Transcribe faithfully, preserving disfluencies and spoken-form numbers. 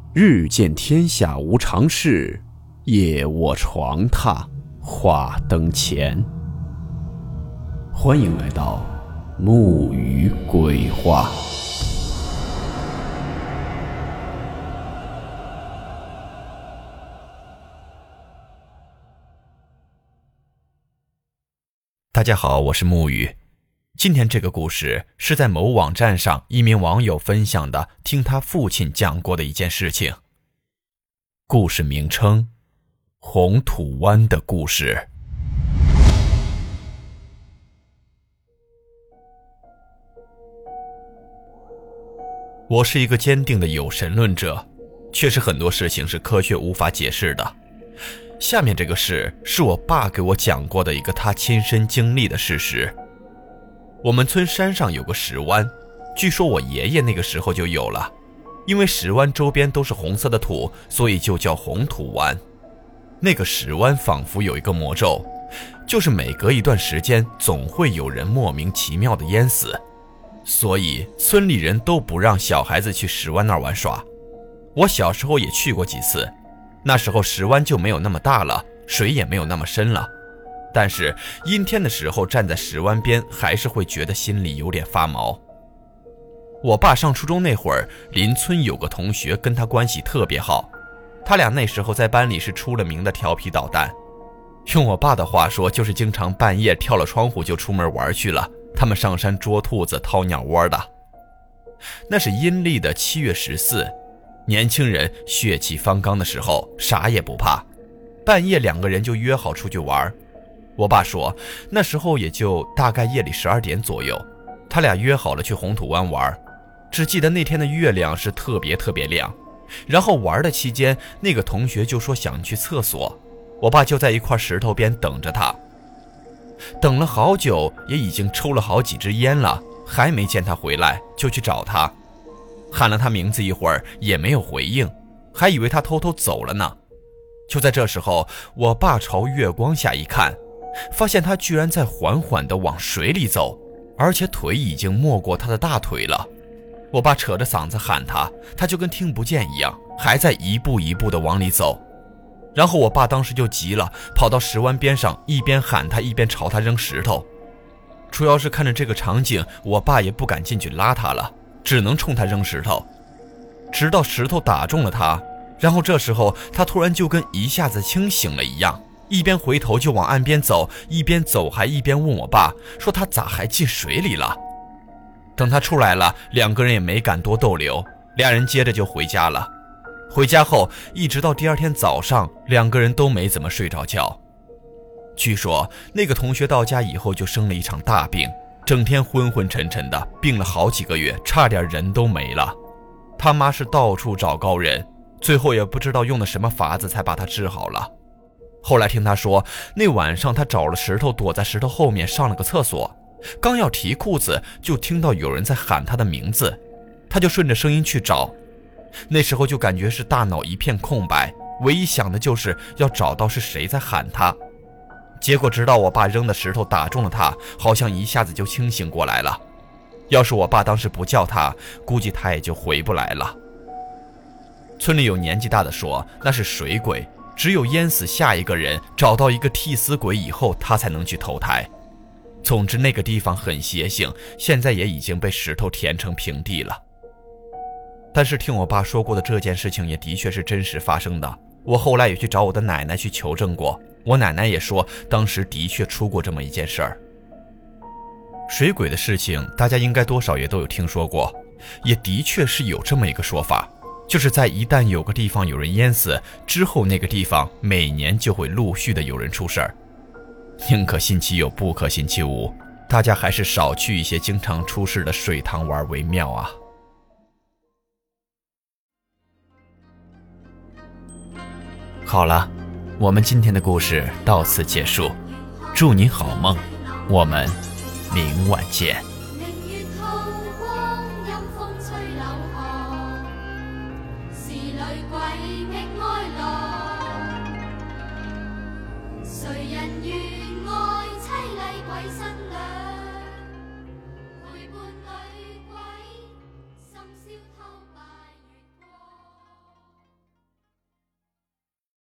日见天下无常事，夜卧床榻话灯前。欢迎来到木鱼鬼话。 大家好，我是木鱼。今天这个故事是在某网站上一名网友分享的，听他父亲讲过的一件事情。故事名称：红土湾的故事。我是一个坚定的有神论者，确实很多事情是科学无法解释的。下面这个事是我爸给我讲过的一个他亲身经历的事实。我们村山上有个石湾，据说我爷爷那个时候就有了，因为石湾周边都是红色的土，所以就叫红土湾。那个石湾仿佛有一个魔咒，就是每隔一段时间总会有人莫名其妙的淹死，所以村里人都不让小孩子去石湾那儿玩耍。我小时候也去过几次，那时候石湾就没有那么大了，水也没有那么深了，但是阴天的时候站在石湾边还是会觉得心里有点发毛。我爸上初中那会儿，邻村有个同学跟他关系特别好，他俩那时候在班里是出了名的调皮捣蛋，用我爸的话说就是经常半夜跳了窗户就出门玩去了，他们上山捉兔子掏鸟窝的。那是阴历的七月十四，年轻人血气方刚的时候，啥也不怕，半夜两个人就约好出去玩。我爸说那时候也就大概夜里十二点左右，他俩约好了去红土湾玩，只记得那天的月亮是特别特别亮。然后玩的期间，那个同学就说想去厕所，我爸就在一块石头边等着他。等了好久，也已经抽了好几支烟了，还没见他回来，就去找他，喊了他名字一会儿也没有回应，还以为他偷偷走了呢。就在这时候，我爸朝月光下一看，发现他居然在缓缓地往水里走，而且腿已经没过他的大腿了。我爸扯着嗓子喊他，他就跟听不见一样，还在一步一步地往里走。然后我爸当时就急了，跑到石湾边上，一边喊他一边朝他扔石头。主要是看着这个场景，我爸也不敢进去拉他了，只能冲他扔石头，直到石头打中了他。然后这时候他突然就跟一下子清醒了一样，一边回头就往岸边走，一边走还一边问我爸说他咋还进水里了。等他出来了，两个人也没敢多逗留，俩人接着就回家了。回家后一直到第二天早上，两个人都没怎么睡着觉。据说那个同学到家以后就生了一场大病，整天昏昏沉沉的，病了好几个月，差点人都没了。他妈是到处找高人，最后也不知道用的什么法子才把他治好了。后来听他说，那晚上他找了石头躲在石头后面上了个厕所，刚要提裤子就听到有人在喊他的名字，他就顺着声音去找。那时候就感觉是大脑一片空白，唯一想的就是要找到是谁在喊他。结果直到我爸扔的石头打中了他，好像一下子就清醒过来了。要是我爸当时不叫他，估计他也就回不来了。村里有年纪大的说那是水鬼，只有淹死下一个人，找到一个替死鬼以后，他才能去投胎。总之那个地方很邪性，现在也已经被石头填成平地了。但是听我爸说过的这件事情也的确是真实发生的，我后来也去找我的奶奶去求证过，我奶奶也说当时的确出过这么一件事儿。水鬼的事情大家应该多少也都有听说过，也的确是有这么一个说法，就是在一旦有个地方有人淹死之后，那个地方每年就会陆续的有人出事儿。宁可信其有，不可信其无，大家还是少去一些经常出事的水塘玩为妙啊。好了，我们今天的故事到此结束，祝你好梦，我们明晚见。